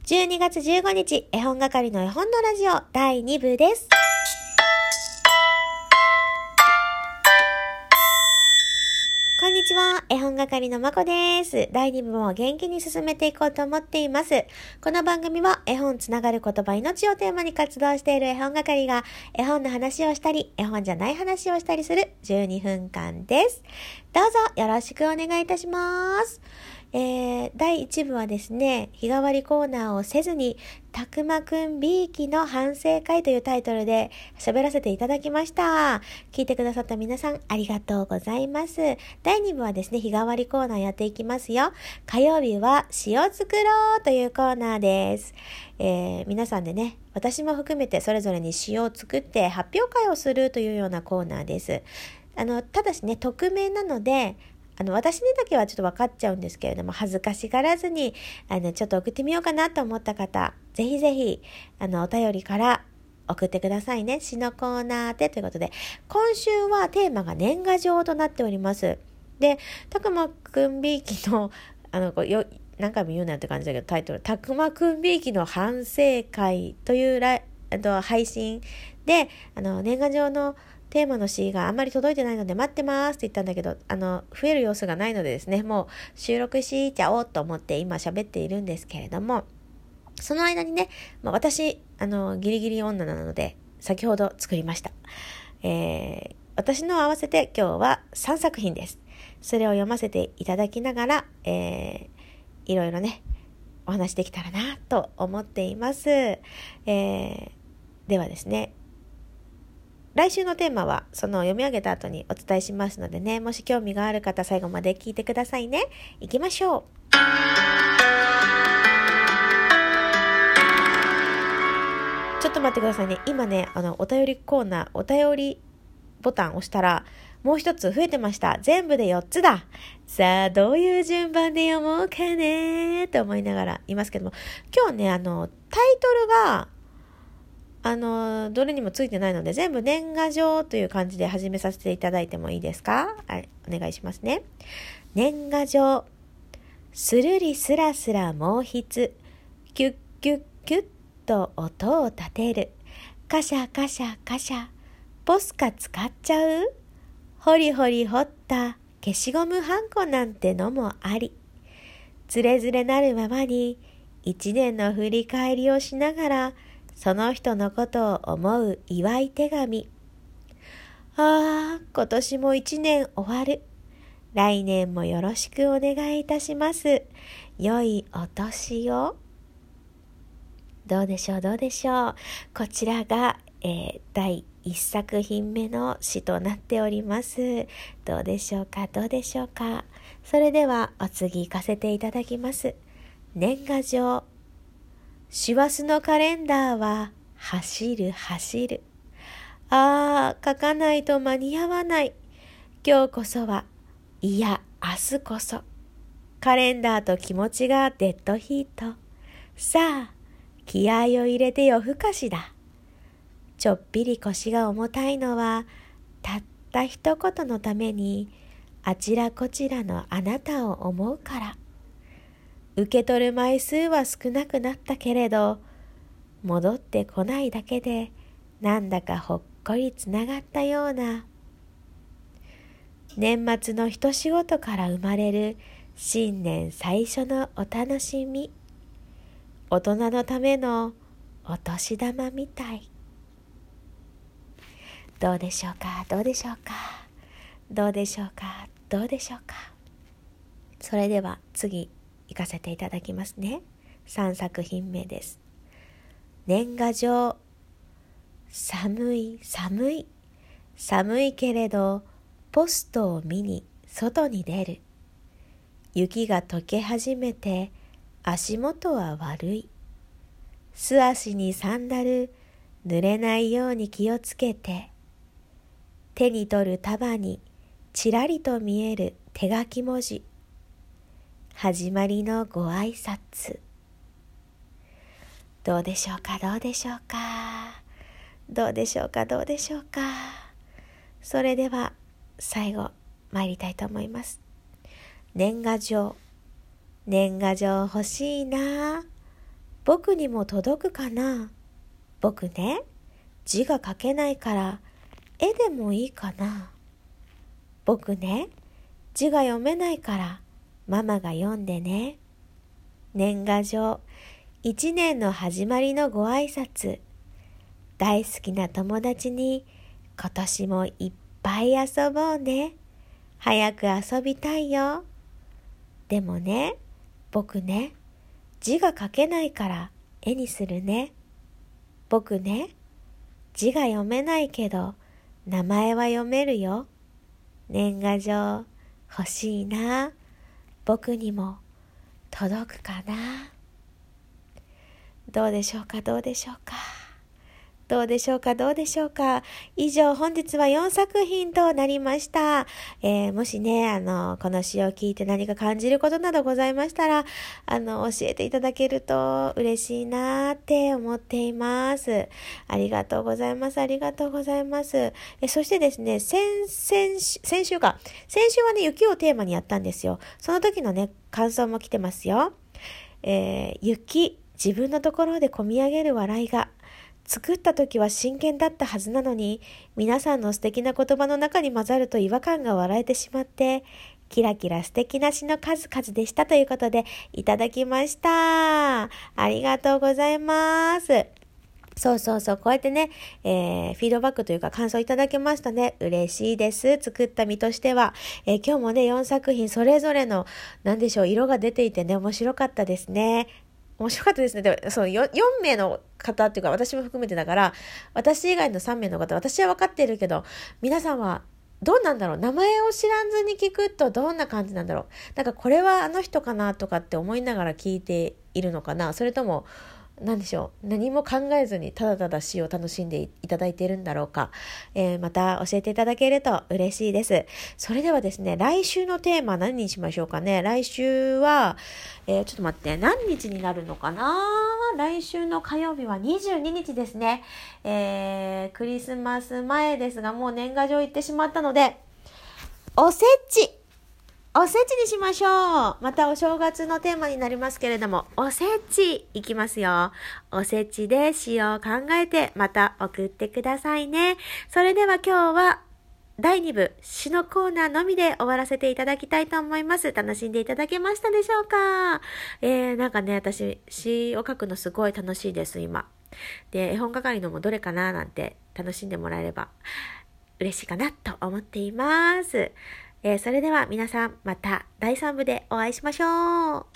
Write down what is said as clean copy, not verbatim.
12月15日、絵本係の絵本のラジオ第2部です。こんにちは、絵本係のまこです。第2部も元気に進めていこうと思っています。この番組は絵本つながる言葉命をテーマに活動している絵本係が絵本の話をしたり、絵本じゃない話をしたりする12分間です。どうぞよろしくお願いいたします。第1部はですね、日替わりコーナーをせずに、たくまくんびいきの反省会というタイトルで喋らせていただきました。聞いてくださった皆さんありがとうございます。第2部はですね、日替わりコーナーやっていきますよ。火曜日は詩を作ろうというコーナーです。皆さんでね、私も含めてそれぞれに詩を作って発表会をするというようなコーナーです。ただしね、匿名なので、私にだけはちょっと分かっちゃうんですけれども、恥ずかしがらずに、ちょっと送ってみようかなと思った方、ぜひぜひ、お便りから送ってくださいね。詩のコーナーでということで、今週はテーマが年賀状となっております。で、たくまくんびいきの、何回も言うなって感じだけど、タイトル、たくまくんびいきの反省会という配信で、年賀状のテーマの詩があんまり届いてないので待ってますって言ったんだけど、増える様子がないのでですね、もう収録しちゃおうと思って今喋っているんですけれども、その間にね、私、ギリギリ女なので、先ほど作りました。私の合わせて今日は3作品です。それを読ませていただきながら、いろいろね、お話できたらなと思っています。ではですね、来週のテーマはその読み上げた後にお伝えしますのでね、もし興味がある方最後まで聞いてくださいね。行きましょう。ちょっと待ってくださいね。今ね、お便りコーナー、お便りボタン押したらもう一つ増えてました。全部で4つだ。さあ、どういう順番で読もうかねと思いながらいますけども、今日ね、タイトルがどれにもついてないので、全部年賀状という感じで始めさせていただいてもいいですか？はい、お願いしますね。年賀状。するりすらすら毛筆。キュッキュッキュッと音を立てる。カシャカシャカシャ。ポスカ使っちゃう？ホリホリ彫った消しゴムはんこなんてのもあり。つれづれなるままに一年の振り返りをしながらその人のことを思う祝い手紙。ああ、今年も一年終わる。来年もよろしくお願いいたします。良いお年を。どうでしょう、どうでしょう。こちらが、第1作品目の詩となっております。どうでしょうか、どうでしょうか。それではお次行かせていただきます。年賀状。師走のカレンダーは走る走る。ああ、書かないと間に合わない。今日こそは、いや明日こそ。カレンダーと気持ちがデッドヒート。さあ、気合を入れて夜更かしだ。ちょっぴり腰が重たいのは、たった一言のために、あちらこちらのあなたを思うから。受け取る枚数は少なくなったけれど、戻ってこないだけでなんだかほっこりつながったような。年末の一仕事から生まれる新年最初のお楽しみ。大人のためのお年玉みたい。どうでしょうか、どうでしょうか、どうでしょうか、どうでしょうか。それでは次行かせていただきますね。3作品目です。年賀状。寒い寒い寒いけれどポストを見に外に出る。雪が溶け始めて足元は悪い。素足にサンダル、濡れないように気をつけて。手に取る束にちらりと見える手書き文字。始まりのご挨拶。どうでしょうか、どうでしょうか、どうでしょうか、どうでしょうか。それでは最後参りたいと思います。年賀状。年賀状欲しいな。 僕にも届くかな。僕ね、字が書けないから絵でもいいかな。僕ね、字が読めないからママが読んでね。年賀状、一年の始まりのご挨拶。大好きな友達に今年もいっぱい遊ぼうね。早く遊びたいよ。でもね、僕ね、字が書けないから絵にするね。僕ね、字が読めないけど名前は読めるよ。年賀状欲しいな。僕にも届くかな。どうでしょうか、どうでしょうか。どうでしょうか、どうでしょうか。以上、本日は4作品となりました。もしね、この詩を聞いて何か感じることなどございましたら、教えていただけると嬉しいなって思っています。ありがとうございます。ありがとうございます。そしてですね、先週はね、雪をテーマにやったんですよ。その時のね、感想も来てますよ。雪、自分のところでこみ上げる笑いが、作った時は真剣だったはずなのに、皆さんの素敵な言葉の中に混ざると違和感が笑えてしまって、キラキラ素敵な詩の数々でしたということでいただきました。ありがとうございます。そう、こうやってね、フィードバックというか感想いただけましたね。嬉しいです。作った身としては。今日もね、4作品それぞれの、色が出ていてね、面白かったですね。面白かったですね。でもその 4名の方っていうか、私も含めてだから、私以外の3名の方、私は分かっているけど、皆さんはどうなんだろう。名前を知らずに聞くとどんな感じなんだろう。なんかこれはあの人かなとかって思いながら聞いているのかな。それとも、何も考えずにただただ詩を楽しんでいただいているんだろうか。また教えていただけると嬉しいです。それではですね、来週のテーマ何にしましょうかね。来週は、ちょっと待って、何日になるのかな。来週の火曜日は22日ですね。クリスマス前ですが、もう年賀状行ってしまったので、おせちにしましょう。またお正月のテーマになりますけれども、おせちいきますよ。おせちで詩を考えてまた送ってくださいね。それでは今日は第2部詩のコーナーのみで終わらせていただきたいと思います。楽しんでいただけましたでしょうか。なんかね、私詩を書くのすごい楽しいです今。で、絵本係のもどれかななんて楽しんでもらえれば嬉しいかなと思っています。それでは皆さんまた第3部でお会いしましょう。